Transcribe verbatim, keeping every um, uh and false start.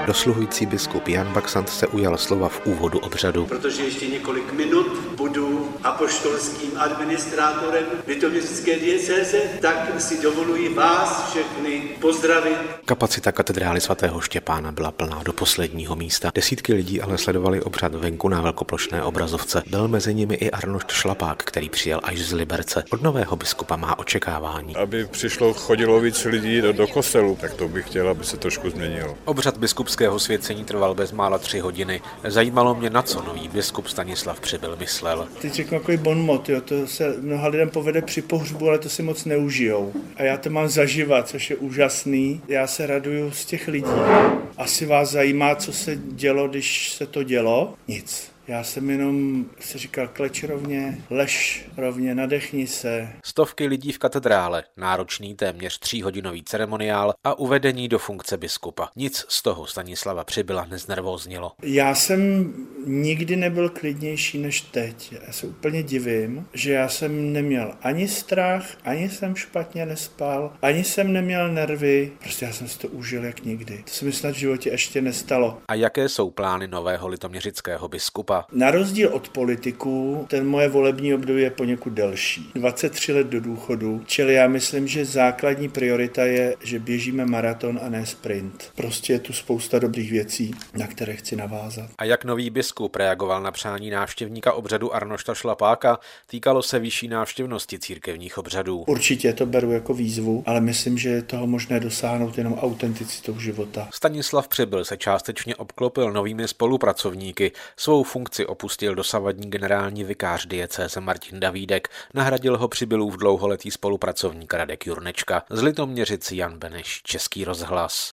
Dosluhující biskup Jan Baxant se ujal slova v úvodu obřadu. Protože ještě několik minut budu apoštolským administrátorem litoměřické diecéze, tak si dovoluji vás všechny pozdravit. Kapacita katedrály svatého Štěpána byla plná do posledního místa. Desítky lidí ale sledovali obřad venku na velkoplošné obrazovce. Byl mezi nimi i Arnošt Šlapák, který přijel až z Liberce. Od nového biskupa má očekávání. Aby přišlo, chodilo víc lidí do, do kostelu, tak to bych chtěl, aby se trošku změnilo. Obřad biskupského svěcení trval bezmála tři hodiny. Zajímalo mě, na co nový biskup Stanislav Přibyl myslel. Teď řeknu takový bonmot, jo, to se mnoha lidem povede při pohřbu, ale to si moc neužijou. A já to mám zaživa, což je úžasný. Já se raduju z těch lidí. Asi vás zajímá, co se dělo, když se to dělo? Nic. Já jsem jenom se říkal, kleč rovně, lež rovně, nadechni se. Stovky lidí v katedrále, náročný téměř tříhodinový ceremoniál a uvedení do funkce biskupa. Nic z toho Stanislava Přibyla neznervóznilo. Já jsem nikdy nebyl klidnější než teď. Já se úplně divím, že já jsem neměl ani strach, ani jsem špatně nespal, ani jsem neměl nervy. Prostě já jsem si to užil jak nikdy. To se mi snad v životě ještě nestalo. A jaké jsou plány nového litoměřického biskupa? Na rozdíl od politiků, ten moje volební období je poněkud delší. dvacet tři let do důchodu, čili já myslím, že základní priorita je, že běžíme maraton a ne sprint. Prostě je tu spousta dobrých věcí, na které chci navázat. A jak nový biskup reagoval na přání návštěvníka obřadu Arnošta Šlapáka? Týkalo se vyšší návštěvnosti církevních obřadů. Určitě to beru jako výzvu, ale myslím, že je toho možné dosáhnout jenom autenticitou života. Stanislav Přibyl se částečně obklopil novými spolupracovníky. Svou funkci opustil dosavadní generální vikář diecéze Martin Davídek, nahradil ho Přibylův dlouholetý spolupracovník Radek Jurnečka. Z Litoměřic Jan Beneš, Český rozhlas.